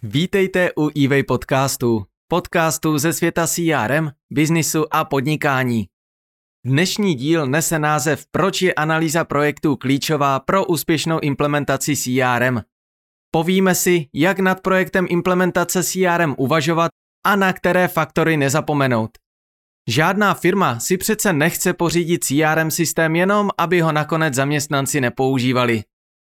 Vítejte u eWay podcastu ze světa CRM, biznisu a podnikání. Dnešní díl nese název Proč je analýza projektů klíčová pro úspěšnou implementaci CRM. Povíme si, jak nad projektem implementace CRM uvažovat a na které faktory nezapomenout. Žádná firma si přece nechce pořídit CRM systém jenom, aby ho nakonec zaměstnanci nepoužívali.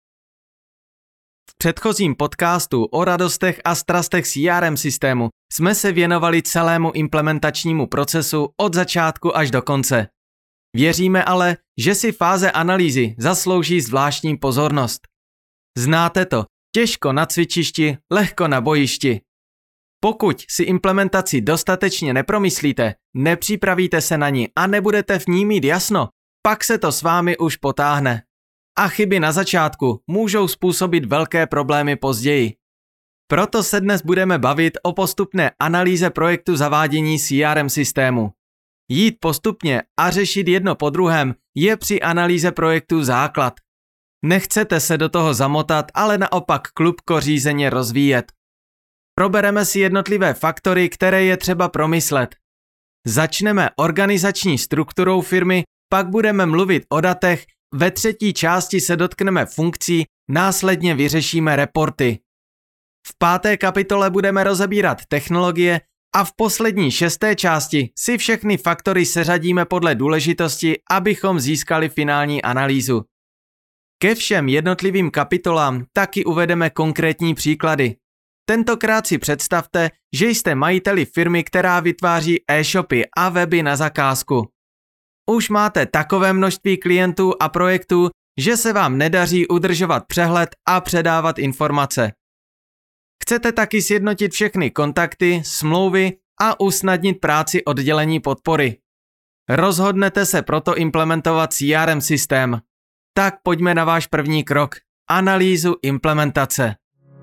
V předchozím podcastu o radostech a strastech CRM systému jsme se věnovali celému implementačnímu procesu od začátku až do konce. Věříme ale, že si fáze analýzy zaslouží zvláštní pozornost. Znáte to, těžko na cvičišti, lehko na bojišti. Pokud si implementaci dostatečně nepromyslíte, nepřipravíte se na ní a nebudete v ní mít jasno, pak se to s vámi už potáhne. A chyby na začátku můžou způsobit velké problémy později. Proto se dnes budeme bavit o postupné analýze projektu zavádění CRM systému. Jít postupně a řešit jedno po druhém je při analýze projektu základ. Nechcete se do toho zamotat, ale naopak klubko řízeně rozvíjet. Probereme si jednotlivé faktory, které je třeba promyslet. Začneme organizační strukturou firmy, pak budeme mluvit o datech, ve třetí části se dotkneme funkcí, následně vyřešíme reporty. V páté kapitole budeme rozebírat technologie a v poslední šesté části si všechny faktory seřadíme podle důležitosti, abychom získali finální analýzu. Ke všem jednotlivým kapitolám taky uvedeme konkrétní příklady. Tentokrát si představte, že jste majiteli firmy, která vytváří e-shopy a weby na zakázku. Už máte takové množství klientů a projektů, že se vám nedaří udržovat přehled a předávat informace. Chcete taky sjednotit všechny kontakty, smlouvy a usnadnit práci oddělení podpory. Rozhodnete se proto implementovat CRM systém. Tak pojďme na váš první krok – analýzu implementace.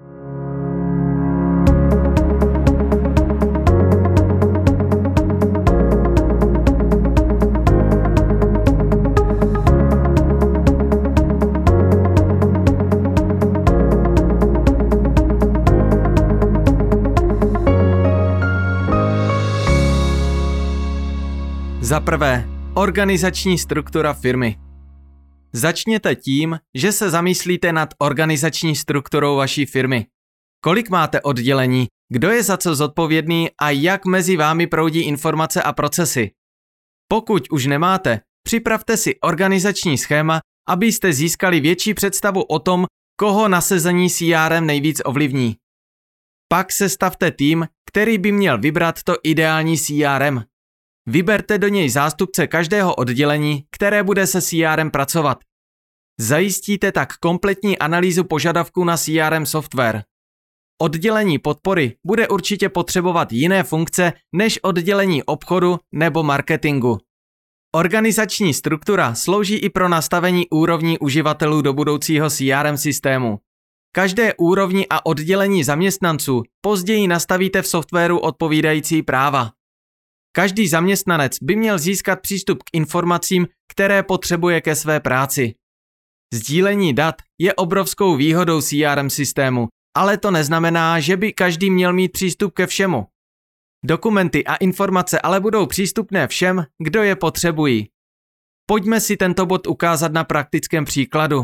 Za prvé, organizační struktura firmy. Začněte tím, že se zamyslíte nad organizační strukturou vaší firmy. Kolik máte oddělení, kdo je za co zodpovědný a jak mezi vámi proudí informace a procesy. Pokud už nemáte, připravte si organizační schéma, abyste získali větší představu o tom, koho nasazení CRM nejvíc ovlivní. Pak sestavte tým, který by měl vybrat to ideální CRM. Vyberte do něj zástupce každého oddělení, které bude se CRM pracovat. Zajistíte tak kompletní analýzu požadavků na CRM software. Oddělení podpory bude určitě potřebovat jiné funkce než oddělení obchodu nebo marketingu. Organizační struktura slouží i pro nastavení úrovní uživatelů do budoucího CRM systému. Každé úrovni a oddělení zaměstnanců později nastavíte v softwaru odpovídající práva. Každý zaměstnanec by měl získat přístup k informacím, které potřebuje ke své práci. Sdílení dat je obrovskou výhodou CRM systému, ale to neznamená, že by každý měl mít přístup ke všemu. Dokumenty a informace ale budou přístupné všem, kdo je potřebují. Pojďme si tento bod ukázat na praktickém příkladu.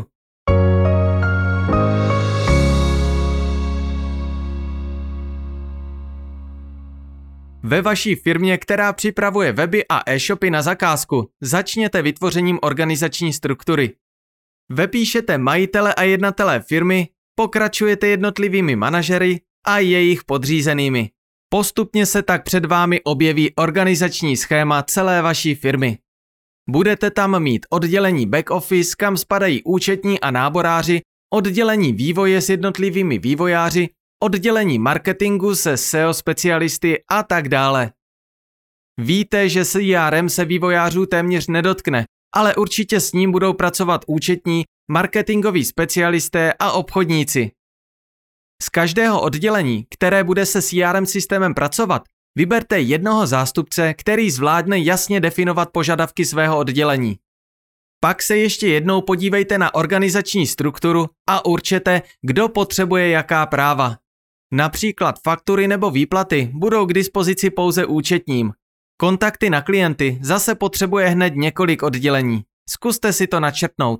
Ve vaší firmě, která připravuje weby a e-shopy na zakázku, začněte vytvořením organizační struktury. Vepíšete majitele a jednatele firmy, pokračujete jednotlivými manažery a jejich podřízenými. Postupně se tak před vámi objeví organizační schéma celé vaší firmy. Budete tam mít oddělení back office, kam spadají účetní a náboráři, oddělení vývoje s jednotlivými vývojáři, oddělení marketingu se SEO specialisty a tak dále. Víte, že CRM se vývojářů téměř nedotkne, ale určitě s ním budou pracovat účetní, marketingoví specialisté a obchodníci. Z každého oddělení, které bude se CRM systémem pracovat, vyberte jednoho zástupce, který zvládne jasně definovat požadavky svého oddělení. Pak se ještě jednou podívejte na organizační strukturu a určete, kdo potřebuje jaká práva. Například faktury nebo výplaty budou k dispozici pouze účetním. Kontakty na klienty zase potřebuje hned několik oddělení. Zkuste si to načrtnout.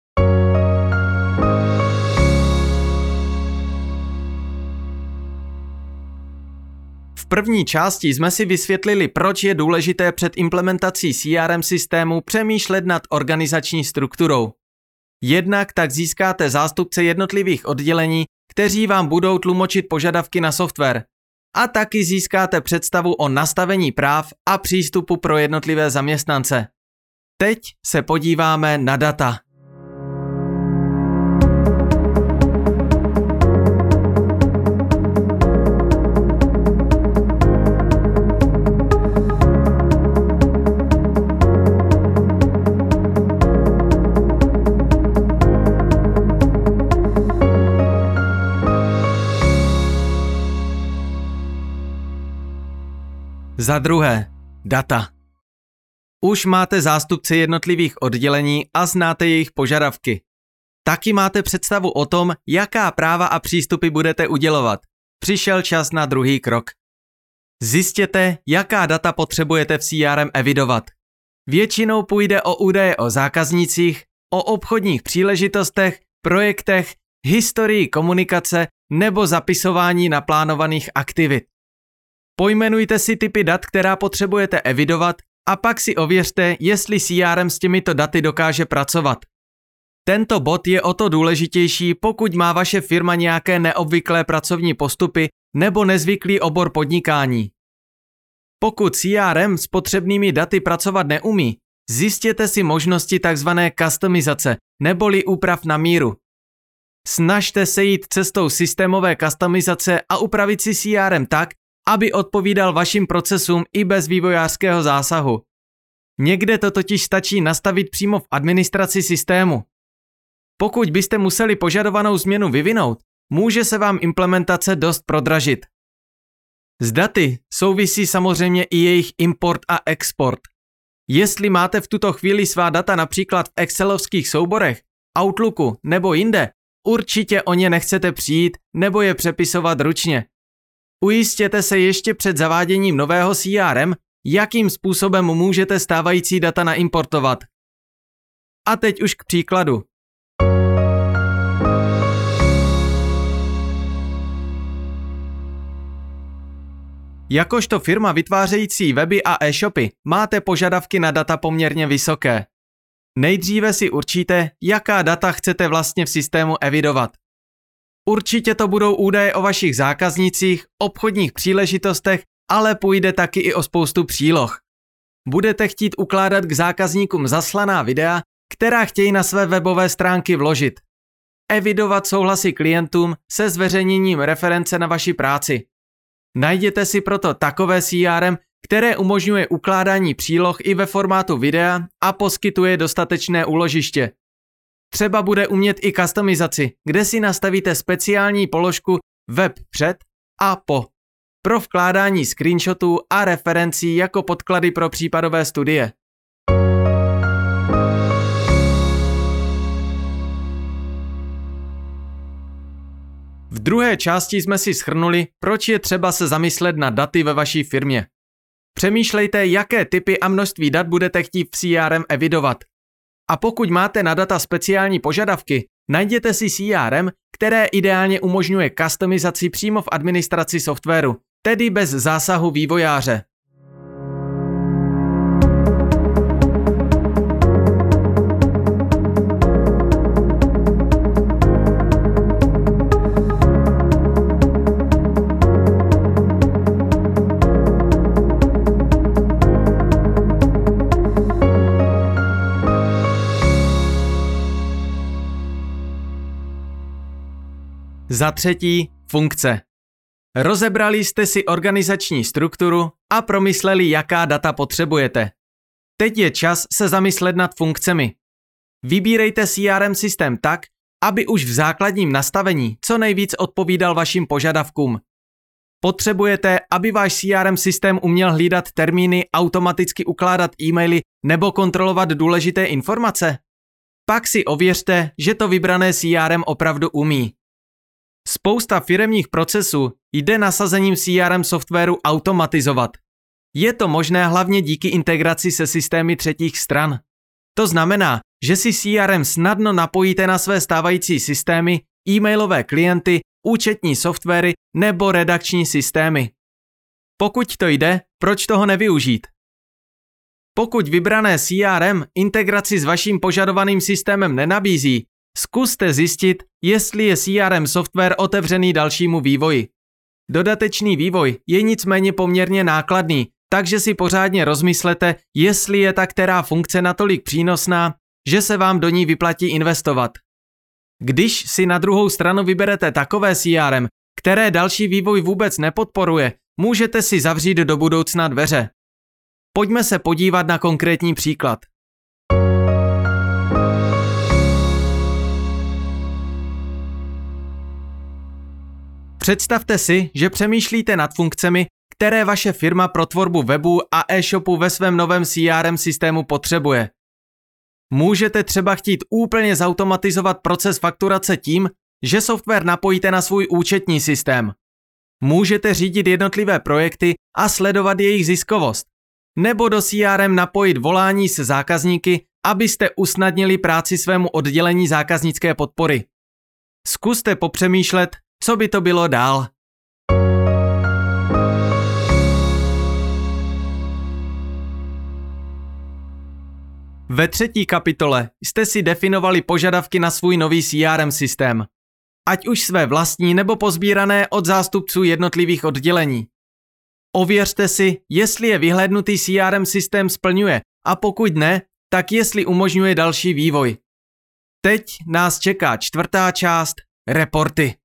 V první části jsme si vysvětlili, proč je důležité před implementací CRM systému přemýšlet nad organizační strukturou. Jednak tak získáte zástupce jednotlivých oddělení, kteří vám budou tlumočit požadavky na software. A taky získáte představu o nastavení práv a přístupu pro jednotlivé zaměstnance. Teď se podíváme na data. Za druhé, data. Už máte zástupce jednotlivých oddělení a znáte jejich požadavky. Taky máte představu o tom, jaká práva a přístupy budete udělovat. Přišel čas na druhý krok. Zjistěte, jaká data potřebujete v CRM evidovat. Většinou půjde o údaje o zákaznících, o obchodních příležitostech, projektech, historii komunikace nebo zapisování naplánovaných aktivit. Pojmenujte si typy dat, která potřebujete evidovat, a pak si ověřte, jestli CRM s těmito daty dokáže pracovat. Tento bod je o to důležitější, pokud má vaše firma nějaké neobvyklé pracovní postupy nebo nezvyklý obor podnikání. Pokud CRM s potřebnými daty pracovat neumí, zjistěte si možnosti tzv. Customizace neboli úprav na míru. Snažte se jít cestou systémové customizace a upravit si CRM tak, aby odpovídal vašim procesům i bez vývojářského zásahu. Někde to totiž stačí nastavit přímo v administraci systému. Pokud byste museli požadovanou změnu vyvinout, může se vám implementace dost prodražit. S daty souvisí samozřejmě i jejich import a export. Jestli máte v tuto chvíli svá data například v excelovských souborech, Outlooku nebo jinde, určitě o ně nechcete přijít nebo je přepisovat ručně. Ujistěte se ještě před zaváděním nového CRM, jakým způsobem můžete stávající data naimportovat. A teď už k příkladu. Jakožto firma vytvářející weby a e-shopy máte požadavky na data poměrně vysoké. Nejdříve si určíte, jaká data chcete vlastně v systému evidovat. Určitě to budou údaje o vašich zákaznících, obchodních příležitostech, ale půjde taky i o spoustu příloh. Budete chtít ukládat k zákazníkům zaslaná videa, která chtějí na své webové stránky vložit. Evidovat souhlasy klientům se zveřejněním reference na vaši práci. Najděte si proto takové CRM, které umožňuje ukládání příloh i ve formátu videa a poskytuje dostatečné úložiště. Třeba bude umět i customizaci, kde si nastavíte speciální položku web před a po pro vkládání screenshotů a referencí jako podklady pro případové studie. V druhé části jsme si shrnuli, proč je třeba se zamyslet nad daty ve vaší firmě. Přemýšlejte, jaké typy a množství dat budete chtít v CRM evidovat. A pokud máte na data speciální požadavky, najděte si CRM, které ideálně umožňuje customizaci přímo v administraci softwaru, tedy bez zásahu vývojáře. Za třetí, funkce. Rozebrali jste si organizační strukturu a promysleli, jaká data potřebujete. Teď je čas se zamyslet nad funkcemi. Vybírejte CRM systém tak, aby už v základním nastavení co nejvíc odpovídal vašim požadavkům. Potřebujete, aby váš CRM systém uměl hlídat termíny, automaticky ukládat e-maily nebo kontrolovat důležité informace? Pak si ověřte, že to vybrané CRM opravdu umí. Spousta firemních procesů jde nasazením CRM softwaru automatizovat. Je to možné hlavně díky integraci se systémy třetích stran. To znamená, že si CRM snadno napojíte na své stávající systémy, e-mailové klienty, účetní softwary nebo redakční systémy. Pokud to jde, proč toho nevyužít? Pokud vybrané CRM integraci s vaším požadovaným systémem nenabízí, zkuste zjistit, jestli je CRM software otevřený dalšímu vývoji. Dodatečný vývoj je nicméně poměrně nákladný, takže si pořádně rozmyslete, jestli je ta která funkce natolik přínosná, že se vám do ní vyplatí investovat. Když si na druhou stranu vyberete takové CRM, které další vývoj vůbec nepodporuje, můžete si zavřít do budoucna dveře. Pojďme se podívat na konkrétní příklad. Představte si, že přemýšlíte nad funkcemi, které vaše firma pro tvorbu webu a e-shopu ve svém novém CRM systému potřebuje. Můžete třeba chtít úplně zautomatizovat proces fakturace tím, že software napojíte na svůj účetní systém. Můžete řídit jednotlivé projekty a sledovat jejich ziskovost. Nebo do CRM napojit volání se zákazníky, abyste usnadnili práci svému oddělení zákaznické podpory. Zkuste popřemýšlet, co by to bylo dál. Ve 3. kapitole jste si definovali požadavky na svůj nový CRM systém. Ať už své vlastní nebo pozbírané od zástupců jednotlivých oddělení. Ověřte si, jestli je vyhlédnutý CRM systém splňuje a pokud ne, tak jestli umožňuje další vývoj. Teď nás čeká 4. část – reporty.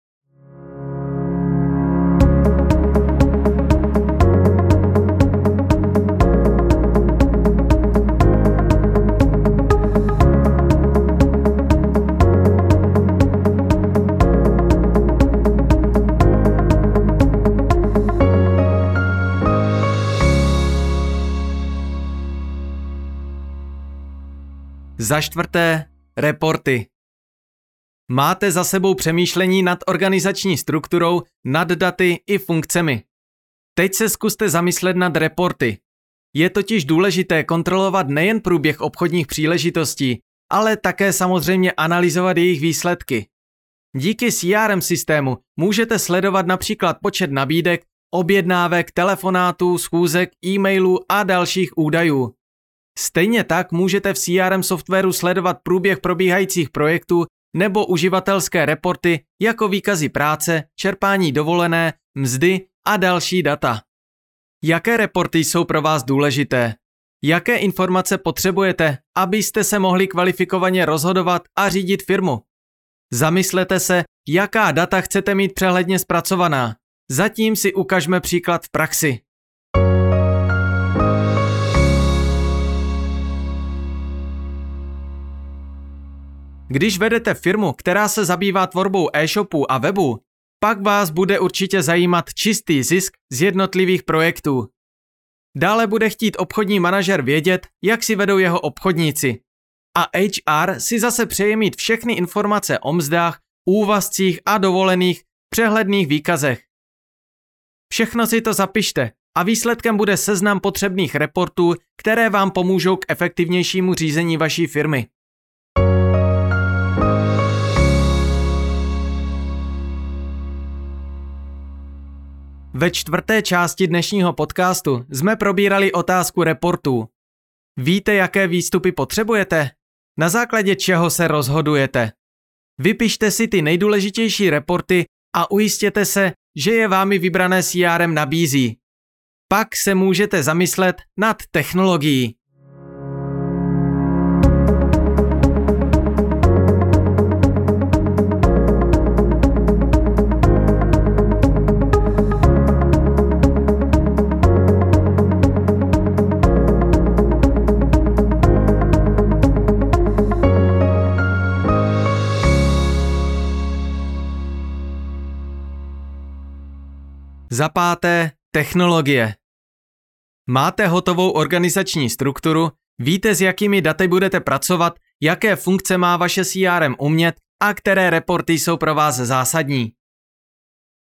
Za 4. reporty. Máte za sebou přemýšlení nad organizační strukturou, nad daty i funkcemi. Teď se zkuste zamyslet nad reporty. Je totiž důležité kontrolovat nejen průběh obchodních příležitostí, ale také samozřejmě analyzovat jejich výsledky. Díky CRM systému můžete sledovat například počet nabídek, objednávek, telefonátů, schůzek, e-mailů a dalších údajů. Stejně tak můžete v CRM softwaru sledovat průběh probíhajících projektů nebo uživatelské reporty jako výkazy práce, čerpání dovolené, mzdy a další data. Jaké reporty jsou pro vás důležité? Jaké informace potřebujete, abyste se mohli kvalifikovaně rozhodovat a řídit firmu? Zamyslete se, jaká data chcete mít přehledně zpracovaná. Zatím si ukažme příklad v praxi. Když vedete firmu, která se zabývá tvorbou e-shopů a webu, pak vás bude určitě zajímat čistý zisk z jednotlivých projektů. Dále bude chtít obchodní manažer vědět, jak si vedou jeho obchodníci. A HR si zase přeje mít všechny informace o mzdách, úvazcích a dovolených přehledných výkazech. Všechno si to zapište a výsledkem bude seznam potřebných reportů, které vám pomůžou k efektivnějšímu řízení vaší firmy. Ve 4. části dnešního podcastu jsme probírali otázku reportů. Víte, jaké výstupy potřebujete? Na základě čeho se rozhodujete? Vypište si ty nejdůležitější reporty a ujistěte se, že je vámi vybrané CRM nabízí. Pak se můžete zamyslet nad technologií. Za 5. technologie. Máte hotovou organizační strukturu, víte, s jakými daty budete pracovat, jaké funkce má vaše CRM umět a které reporty jsou pro vás zásadní.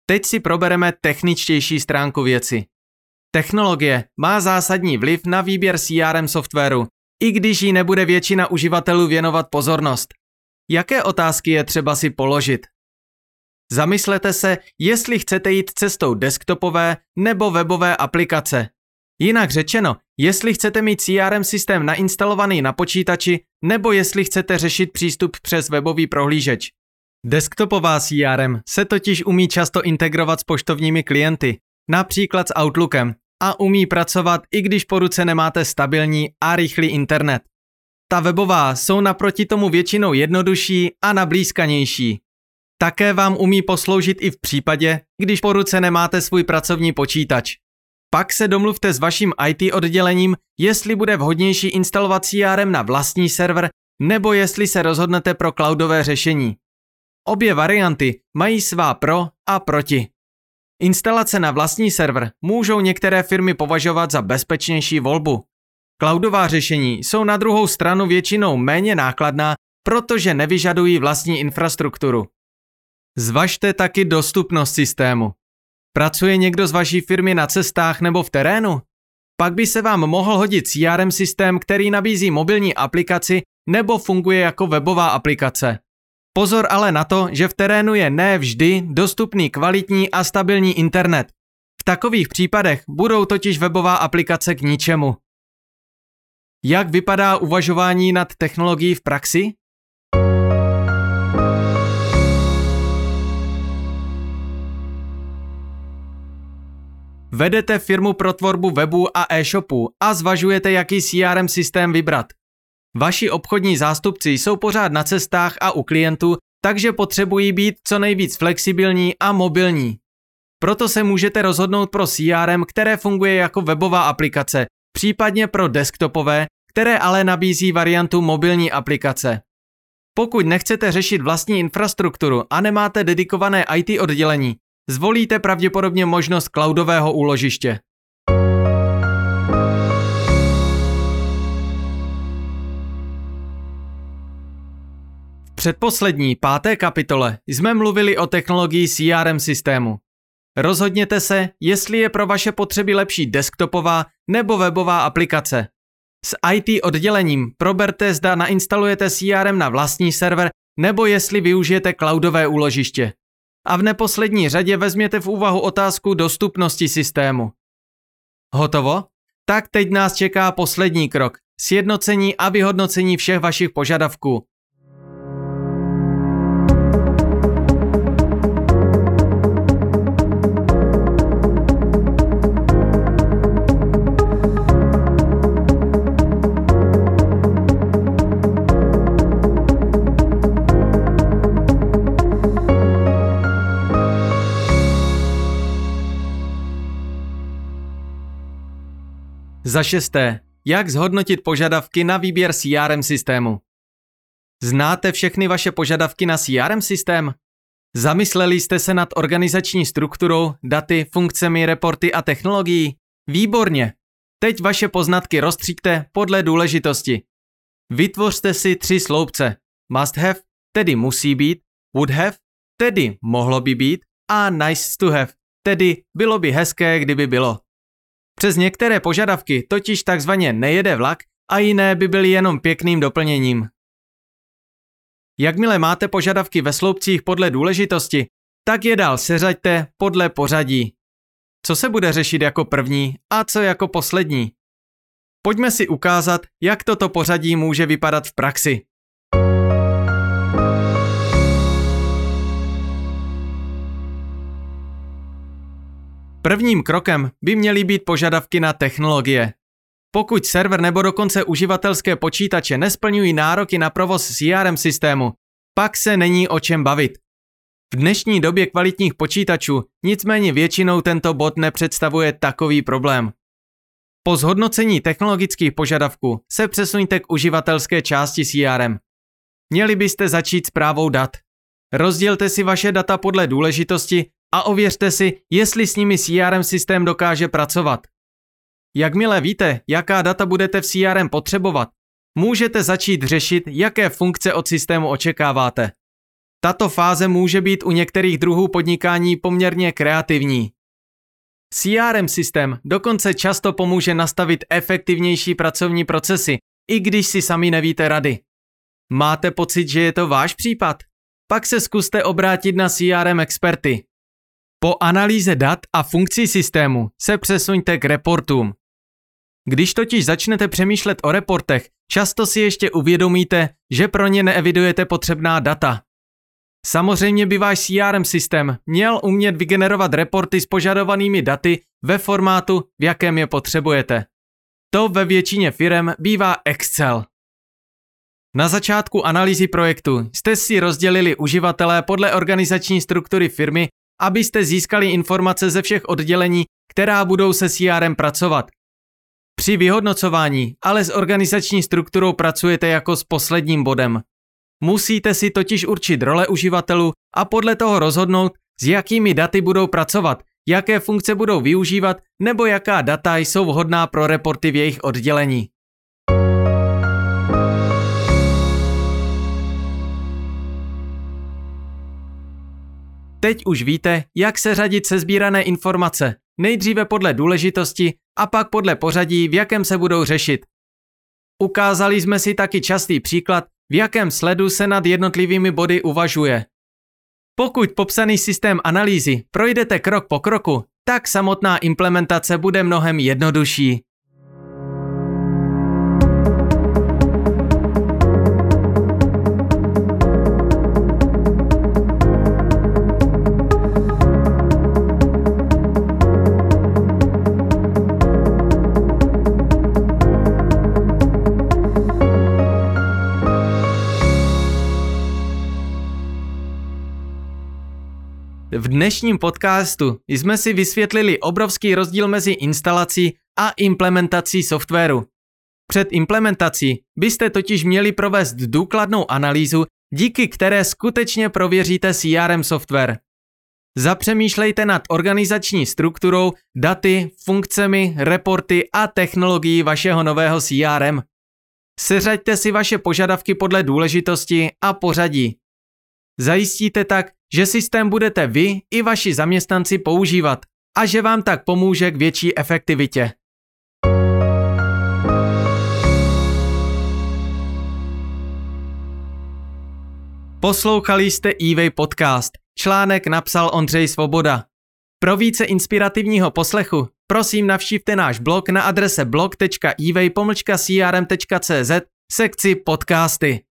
Teď si probereme techničtější stránku věci. Technologie má zásadní vliv na výběr CRM softwaru, i když jí nebude většina uživatelů věnovat pozornost. Jaké otázky je třeba si položit? Zamyslete se, jestli chcete jít cestou desktopové nebo webové aplikace. Jinak řečeno, jestli chcete mít CRM systém nainstalovaný na počítači nebo jestli chcete řešit přístup přes webový prohlížeč. Desktopová CRM se totiž umí často integrovat s poštovními klienty, například s Outlookem, a umí pracovat, i když po ruce nemáte stabilní a rychlý internet. Ta webová jsou naproti tomu většinou jednodušší a nablízkanější. Také vám umí posloužit i v případě, když po ruce nemáte svůj pracovní počítač. Pak se domluvte s vaším IT oddělením, jestli bude vhodnější instalovat CRM na vlastní server, nebo jestli se rozhodnete pro cloudové řešení. Obě varianty mají svá pro a proti. Instalace na vlastní server můžou některé firmy považovat za bezpečnější volbu. Cloudová řešení jsou na druhou stranu většinou méně nákladná, protože nevyžadují vlastní infrastrukturu. Zvažte taky dostupnost systému. Pracuje někdo z vaší firmy na cestách nebo v terénu? Pak by se vám mohl hodit CRM systém, který nabízí mobilní aplikaci nebo funguje jako webová aplikace. Pozor ale na to, že v terénu je ne vždy dostupný kvalitní a stabilní internet. V takových případech budou totiž webová aplikace k ničemu. Jak vypadá uvažování nad technologií v praxi? Vedete firmu pro tvorbu webů a e-shopů a zvažujete, jaký CRM systém vybrat. Vaši obchodní zástupci jsou pořád na cestách a u klientů, takže potřebují být co nejvíc flexibilní a mobilní. Proto se můžete rozhodnout pro CRM, které funguje jako webová aplikace, případně pro desktopové, které ale nabízí variantu mobilní aplikace. Pokud nechcete řešit vlastní infrastrukturu a nemáte dedikované IT oddělení, zvolíte pravděpodobně možnost cloudového úložiště. V předposlední 5. kapitole jsme mluvili o technologii CRM systému. Rozhodněte se, jestli je pro vaše potřeby lepší desktopová nebo webová aplikace. S IT oddělením proberte, zda nainstalujete CRM na vlastní server nebo jestli využijete cloudové úložiště. A v neposlední řadě vezměte v úvahu otázku dostupnosti systému. Hotovo? Tak teď nás čeká poslední krok, sjednocení a vyhodnocení všech vašich požadavků. Za 6. Jak zhodnotit požadavky na výběr CRM systému? Znáte všechny vaše požadavky na CRM systém? Zamysleli jste se nad organizační strukturou, daty, funkcemi, reporty a technologií? Výborně! Teď vaše poznatky rozstříďte podle důležitosti. Vytvořte si 3 sloupce. Must have, tedy musí být, would have, tedy mohlo by být, a nice to have, tedy bylo by hezké, kdyby bylo. Přes některé požadavky totiž takzvaně nejede vlak a jiné by byly jenom pěkným doplněním. Jakmile máte požadavky ve sloupcích podle důležitosti, tak je dál seřaďte podle pořadí. Co se bude řešit jako první a co jako poslední? Pojďme si ukázat, jak toto pořadí může vypadat v praxi. Prvním krokem by měly být požadavky na technologie. Pokud server nebo dokonce uživatelské počítače nesplňují nároky na provoz CRM systému, pak se není o čem bavit. V dnešní době kvalitních počítačů nicméně většinou tento bod nepředstavuje takový problém. Po zhodnocení technologických požadavků se přesuňte k uživatelské části CRM. Měli byste začít správou dat. Rozdělte si vaše data podle důležitosti a ověřte si, jestli s nimi CRM systém dokáže pracovat. Jakmile víte, jaká data budete v CRM potřebovat, můžete začít řešit, jaké funkce od systému očekáváte. Tato fáze může být u některých druhů podnikání poměrně kreativní. CRM systém dokonce často pomůže nastavit efektivnější pracovní procesy, i když si sami nevíte rady. Máte pocit, že je to váš případ? Pak se zkuste obrátit na CRM experty. Po analýze dat a funkcí systému se přesuňte k reportům. Když totiž začnete přemýšlet o reportech, často si ještě uvědomíte, že pro ně neevidujete potřebná data. Samozřejmě by váš CRM systém měl umět vygenerovat reporty s požadovanými daty ve formátu, v jakém je potřebujete. To ve většině firem bývá Excel. Na začátku analýzy projektu jste si rozdělili uživatele podle organizační struktury firmy, abyste získali informace ze všech oddělení, která budou se CRM pracovat. Při vyhodnocování ale s organizační strukturou pracujete jako s posledním bodem. Musíte si totiž určit role uživatelů a podle toho rozhodnout, s jakými daty budou pracovat, jaké funkce budou využívat nebo jaká data jsou vhodná pro reporty v jejich oddělení. Teď už víte, jak seřadit sesbírané informace, nejdříve podle důležitosti a pak podle pořadí, v jakém se budou řešit. Ukázali jsme si taky častý příklad, v jakém sledu se nad jednotlivými body uvažuje. Pokud popsaný systém analýzy projdete krok po kroku, tak samotná implementace bude mnohem jednodušší. V dnešním podcastu jsme si vysvětlili obrovský rozdíl mezi instalací a implementací softwaru. Před implementací byste totiž měli provést důkladnou analýzu, díky které skutečně prověříte CRM software. Zapřemýšlejte nad organizační strukturou, daty, funkcemi, reporty a technologií vašeho nového CRM. Seřaďte si vaše požadavky podle důležitosti a pořadí. Zajistíte tak, že systém budete vy i vaši zaměstnanci používat a že vám tak pomůže k větší efektivitě. Poslouchali jste eWay podcast. Článek napsal Ondřej Svoboda. Pro více inspirativního poslechu prosím navštivte náš blog na adrese blog.eway-crm.cz sekci podcasty.